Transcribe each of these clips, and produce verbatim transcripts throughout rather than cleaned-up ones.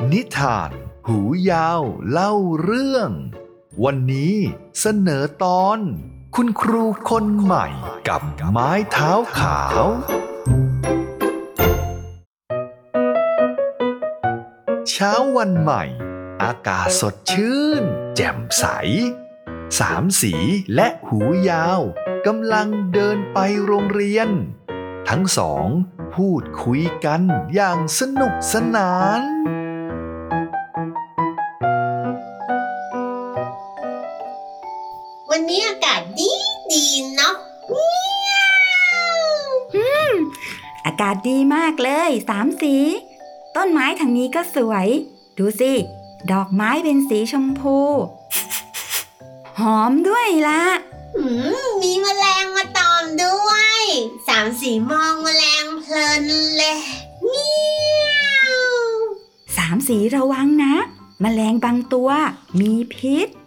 นิทานหูยาวเล่าเรื่องวันนี้เสนอตอนคุณครูคนใหม่กับไม้เท้าขาวเช้าวันใหม่อากาศสดชื่นแจ่มใสสามสีและหูยาวกำลังเดินไปโรงเรียนทั้งสองพูดคุยกันอย่างสนุกสนานวันนี้อากาศดีดีเนาะเมียวอืมอากาศดีมากเลยสามสีต้นไม้ทางนี้ก็สวยดูสิดอกไม้เป็นสีชมพูหอมด้วยล่ะอืมมีแมลงมาตอมด้วยสามสีมองแมลงเพลินเลยเมียวสามสีระวังนะแมลงบางตัวมีพิษ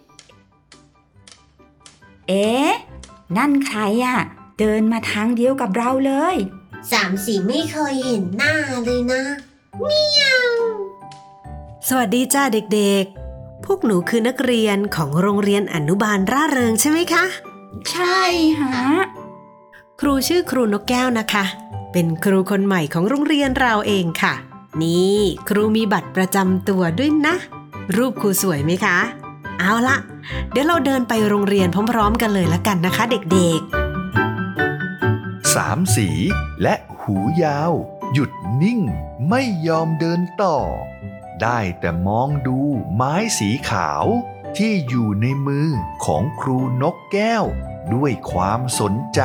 เอ๊ะนั่นใครอ่ะเดินมาทางเดียวกับเราเลยสามสีไม่เคยเห็นหน้าเลยนะเมียวสวัสดีจ้าเด็กๆพวกหนูคือนักเรียนของโรงเรียนอนุบาลร่าเริงใช่ไหมคะใช่ฮะครูชื่อครูนกแก้วนะคะเป็นครูคนใหม่ของโรงเรียนเราเองค่ะนี่ครูมีบัตรประจำตัวด้วยนะรูปครูสวยไหมคะเอาละเดี๋ยวเราเดินไปโรงเรียนพร้อมๆกันเลยละกันนะคะเด็กๆสามสีและหูยาวหยุดนิ่งไม่ยอมเดินต่อได้แต่มองดูไม้สีขาวที่อยู่ในมือของครูนกแก้วด้วยความสนใจ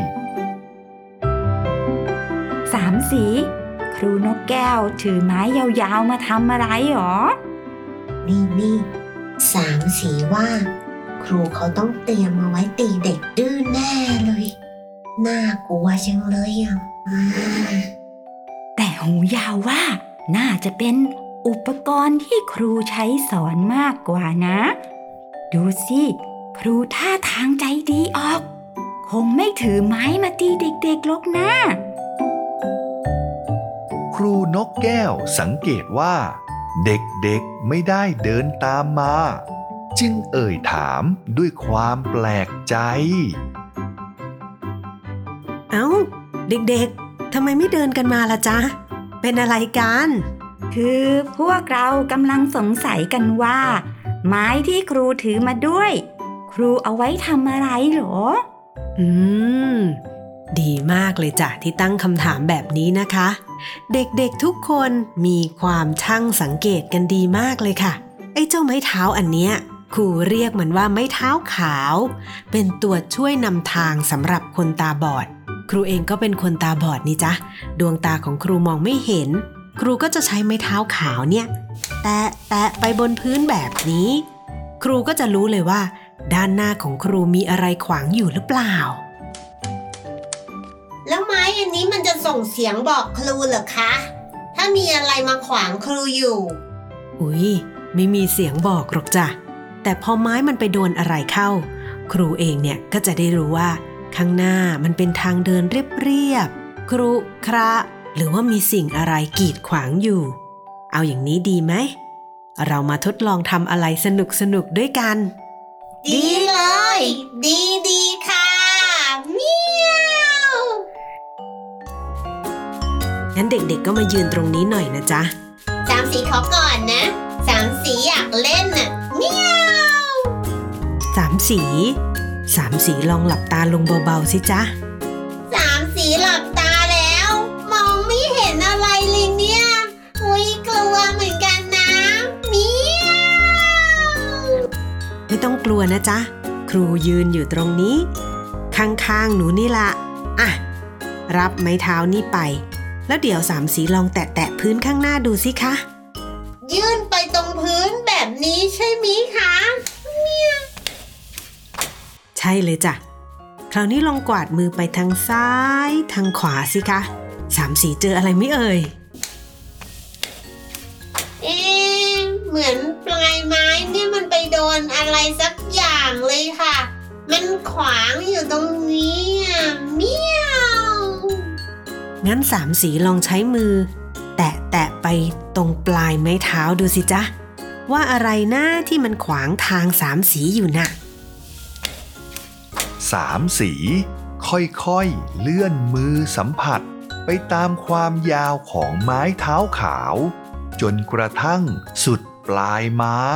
สามสีครูนกแก้วถือไม้ยาวๆมาทำอะไรหรอนี่นี่สามสีว่าครูเขาต้องเตรียมมาไว้ตีเด็กดื้อแน่เลยน่ากลัวจังเลยอ่ะแต่หูยาวว่าน่าจะเป็นอุปกรณ์ที่ครูใช้สอนมากกว่านะดูสิครูท่าทางใจดีออกคงไม่ถือไม้มาตีเด็กๆหรอกนะครูนกแก้วสังเกตว่าเด็กๆไม่ได้เดินตามมาจึงเอ่ยถามด้วยความแปลกใจเอ้าเด็กๆทำไมไม่เดินกันมาล่ะจ๊ะเป็นอะไรกันคือพวกเรากำลังสงสัยกันว่าไม้ที่ครูถือมาด้วยครูเอาไว้ทำอะไรหรออืมดีมากเลยจ้ะที่ตั้งคำถามแบบนี้นะคะเด็กๆทุกคนมีความช่างสังเกตกันดีมากเลยค่ะไอ้เจ้าไม้เท้าอันเนี้ยครูเรียกมันว่าไม้เท้าขาวเป็นตัวช่วยนำทางสำหรับคนตาบอดครูเองก็เป็นคนตาบอดนี่จ๊ะดวงตาของครูมองไม่เห็นครูก็จะใช้ไม้เท้าขาวเนี่ยแตะแตะไปบนพื้นแบบนี้ครูก็จะรู้เลยว่าด้านหน้าของครูมีอะไรขวางอยู่หรือเปล่าแล้วไม้อันนี้มันจะส่งเสียงบอกครูเหรอคะถ้ามีอะไรมาขวางครูอยู่อุ๊ยไม่มีเสียงบอกหรอกจ้ะแต่พอไม้มันไปโดนอะไรเข้าครูเองเนี่ยก็จะได้รู้ว่าข้างหน้ามันเป็นทางเดินเรียบๆครุขระหรือว่ามีสิ่งอะไรกีดขวางอยู่เอาอย่างนี้ดีไหมเรามาทดลองทำอะไรสนุกๆด้วยกันดีเลยดีดีค่ะเมียวงั้นเด็กๆก็มายืนตรงนี้หน่อยนะจ๊ะสามสีขอก่อนนะสามสีอยากเล่นน่ะเมียวสามสีสามสีลองหลับตาลงเบาๆสิจ๊ะสามสีหลับตาแล้วมองไม่เห็นอะไรเลยเนี่ยอุ๊ยกลัวเหมือนกันนะเมียวไม่ต้องกลัวนะจ๊ะครูยืนอยู่ตรงนี้ข้างๆหนูนี่ละอ่ะรับไม้เท้านี่ไปแล้วเดี๋ยวสามสีลองแตะๆพื้นข้างหน้าดูสิคะยื่นไปตรงพื้นแบบนี้ใช่ไหมคะเมียวใช่เลยจ้ะคราวนี้ลองกวาดมือไปทางซ้ายทางขวาสิคะสามสีเจออะไรไม่เอ่ยเอ๊ะเหมือนปลายไม้เนี่ยมันไปโดนอะไรสักอย่างเลยค่ะมันขวางอยู่ตรงนี้อ่ะเมียวงั้นสามสีลองใช้มือแตะแตะไปตรงปลายไม้เท้าดูสิจ๊ะว่าอะไรนะที่มันขวางทางสามสีอยู่น่ะสามสีค่อยๆเลื่อนมือสัมผัสไปตามความยาวของไม้เท้าขาวจนกระทั่งสุดปลายไม้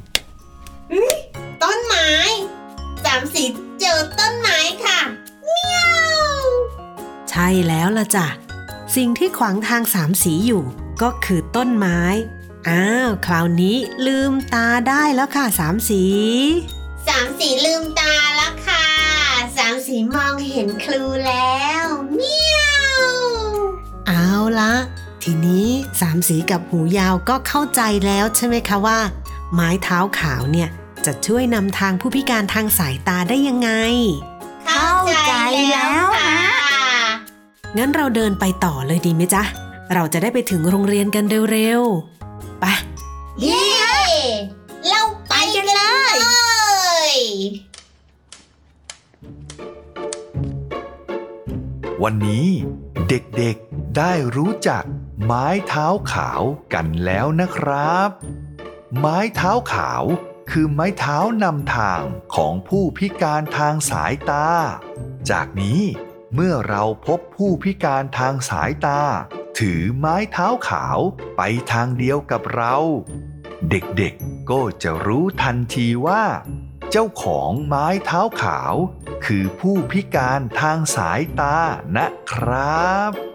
ต้นไม้สามสีเจอต้นไม้ค่ะเมียวใช่แล้วล่ะจ้ะสิ่งที่ขวางทางสามสีอยู่ก็คือต้นไม้อ้าวคราวนี้ลืมตาได้แล้วค่ะสามสีสามสีลืมตาแล้วค่ะสามสีมองเห็นครูแล้วเมียวเอาละทีนี้สามสีกับหูยาวก็เข้าใจแล้วใช่ไหมคะว่าไม้เท้าขาวเนี่ยจะช่วยนำทางผู้พิการทางสายตาได้ยังไงเข้าใจแล้วค่ะงั้นเราเดินไปต่อเลยดีไหมจ๊ะเราจะได้ไปถึงโรงเรียนกันเร็วๆไปเย้เราไปกันเลยวันนี้เด็กๆได้รู้จักไม้เท้าขาวกันแล้วนะครับ ไม้เท้าขาวคือไม้เท้านำทางของผู้พิการทางสายตาจากนี้เมื่อเราพบผู้พิการทางสายตาถือไม้เท้าขาวไปทางเดียวกับเราเด็กๆก็จะรู้ทันทีว่าเจ้าของไม้เท้าขาวคือผู้พิการทางสายตานะครับ